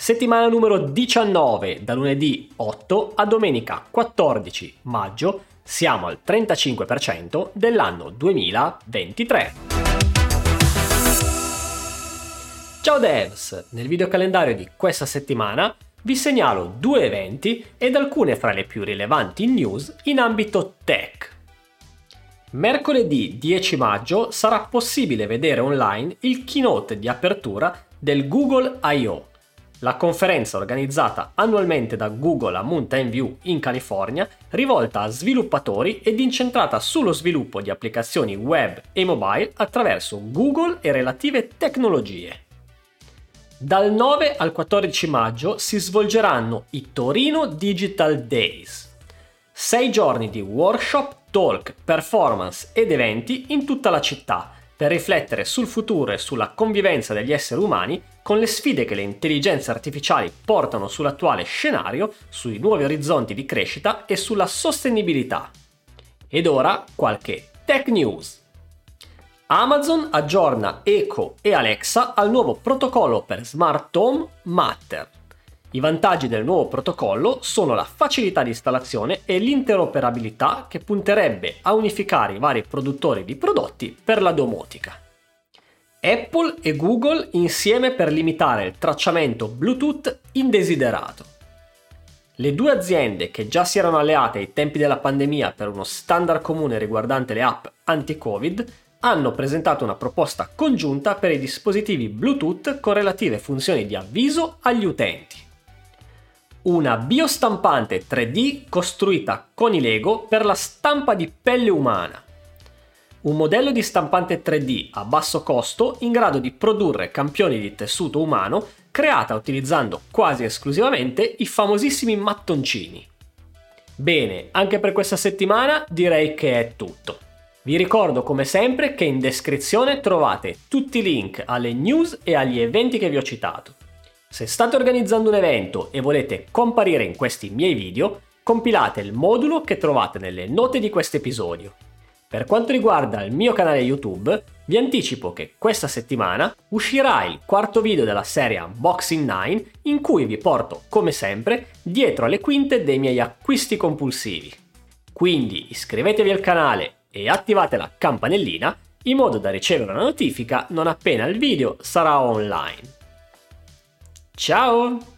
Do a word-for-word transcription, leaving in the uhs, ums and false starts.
Settimana numero diciannove, da lunedì otto a domenica quattordici maggio, siamo al trentacinque per cento dell'anno duemilaventitré. Ciao devs! Nel videocalendario di questa settimana vi segnalo due eventi ed alcune fra le più rilevanti news in ambito tech. Mercoledì dieci maggio sarà possibile vedere online il keynote di apertura del Google I O, la conferenza organizzata annualmente da Google a Mountain View in California, rivolta a sviluppatori ed incentrata sullo sviluppo di applicazioni web e mobile attraverso Google e relative tecnologie. Dal nove al quattordici maggio si svolgeranno i Torino Digital Days, sei giorni di workshop, talk, performance ed eventi in tutta la città per riflettere sul futuro e sulla convivenza degli esseri umani con le sfide che le intelligenze artificiali portano sull'attuale scenario, sui nuovi orizzonti di crescita e sulla sostenibilità. Ed ora qualche tech news. Amazon aggiorna Echo e Alexa al nuovo protocollo per smart home Matter. I vantaggi del nuovo protocollo sono la facilità di installazione e l'interoperabilità che punterebbe a unificare i vari produttori di prodotti per la domotica. Apple e Google insieme per limitare il tracciamento Bluetooth indesiderato. Le due aziende che già si erano alleate ai tempi della pandemia per uno standard comune riguardante le app anti-Covid hanno presentato una proposta congiunta per i dispositivi Bluetooth con relative funzioni di avviso agli utenti. Una biostampante tre D costruita con i Lego per la stampa di pelle umana. Un modello di stampante tre D a basso costo in grado di produrre campioni di tessuto umano creata utilizzando quasi esclusivamente i famosissimi mattoncini. Bene, anche per questa settimana direi che è tutto. Vi ricordo come sempre che in descrizione trovate tutti i link alle news e agli eventi che vi ho citato. Se state organizzando un evento e volete comparire in questi miei video, compilate il modulo che trovate nelle note di questo episodio. Per quanto riguarda il mio canale YouTube, vi anticipo che questa settimana uscirà il quarto video della serie Unboxing nove in cui vi porto, come sempre, dietro alle quinte dei miei acquisti compulsivi. Quindi iscrivetevi al canale e attivate la campanellina in modo da ricevere una notifica non appena il video sarà online. Ciao!